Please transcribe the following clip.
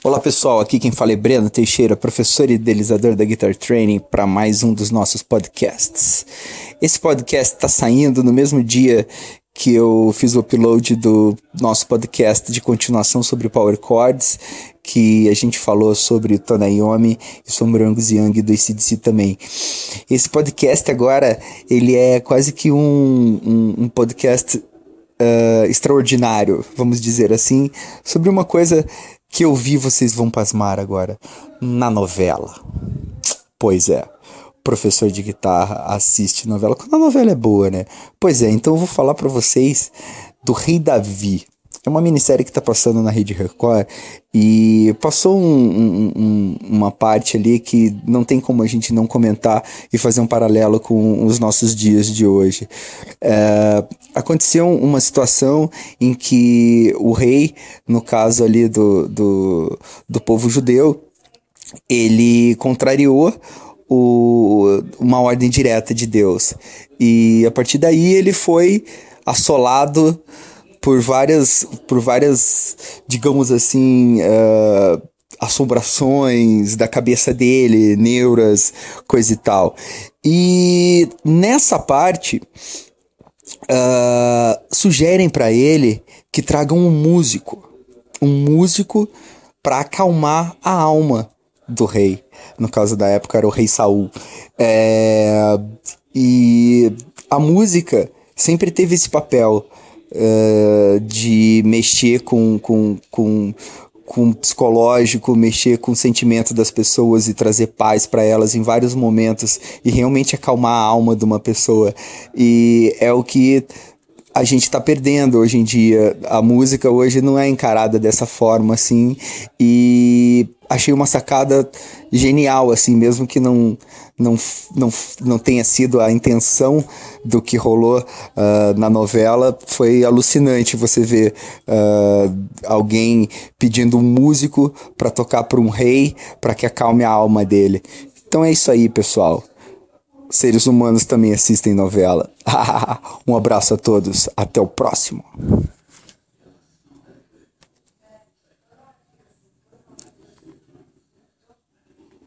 Olá pessoal, aqui quem fala é Breno Teixeira, professor e idealizador da Guitar Training, para mais um dos nossos podcasts. Esse podcast está saindo no mesmo dia que eu fiz o upload do nosso podcast de continuação sobre Power Chords, que a gente falou sobre Tony Iommi e sobre o Angus Young do AC/DC também. Esse podcast agora, ele é quase que um podcast extraordinário, vamos dizer assim, sobre uma coisa que eu vi, vocês vão pasmar agora, na novela. Pois é, professor de guitarra assiste novela, quando a novela é boa, né? Pois é, então eu vou falar pra vocês do Rei Davi. É uma minissérie que tá passando na Rede Record e passou uma parte ali que não tem como a gente não comentar e fazer um paralelo com os nossos dias de hoje. Aconteceu uma situação em que o rei, no caso ali do povo judeu, ele contrariou uma ordem direta de Deus. E a partir daí ele foi assolado por várias, digamos assim, assombrações da cabeça dele, neuras, coisa e tal. E nessa parte, sugerem para ele que tragam um músico para acalmar a alma do rei. No caso da época era o rei Saul. E a música sempre teve esse papel de mexer com o psicológico, mexer com o sentimento das pessoas e trazer paz para elas em vários momentos e realmente acalmar a alma de uma pessoa. E é o que a gente está perdendo hoje em dia. A música hoje não é encarada dessa forma, assim, e achei uma sacada genial, assim, mesmo que não tenha sido a intenção do que rolou na novela. Foi alucinante você ver alguém pedindo um músico para tocar para um rei, para que acalme a alma dele. Então é isso aí, pessoal. Seres humanos também assistem novela. Um abraço a todos, até o próximo.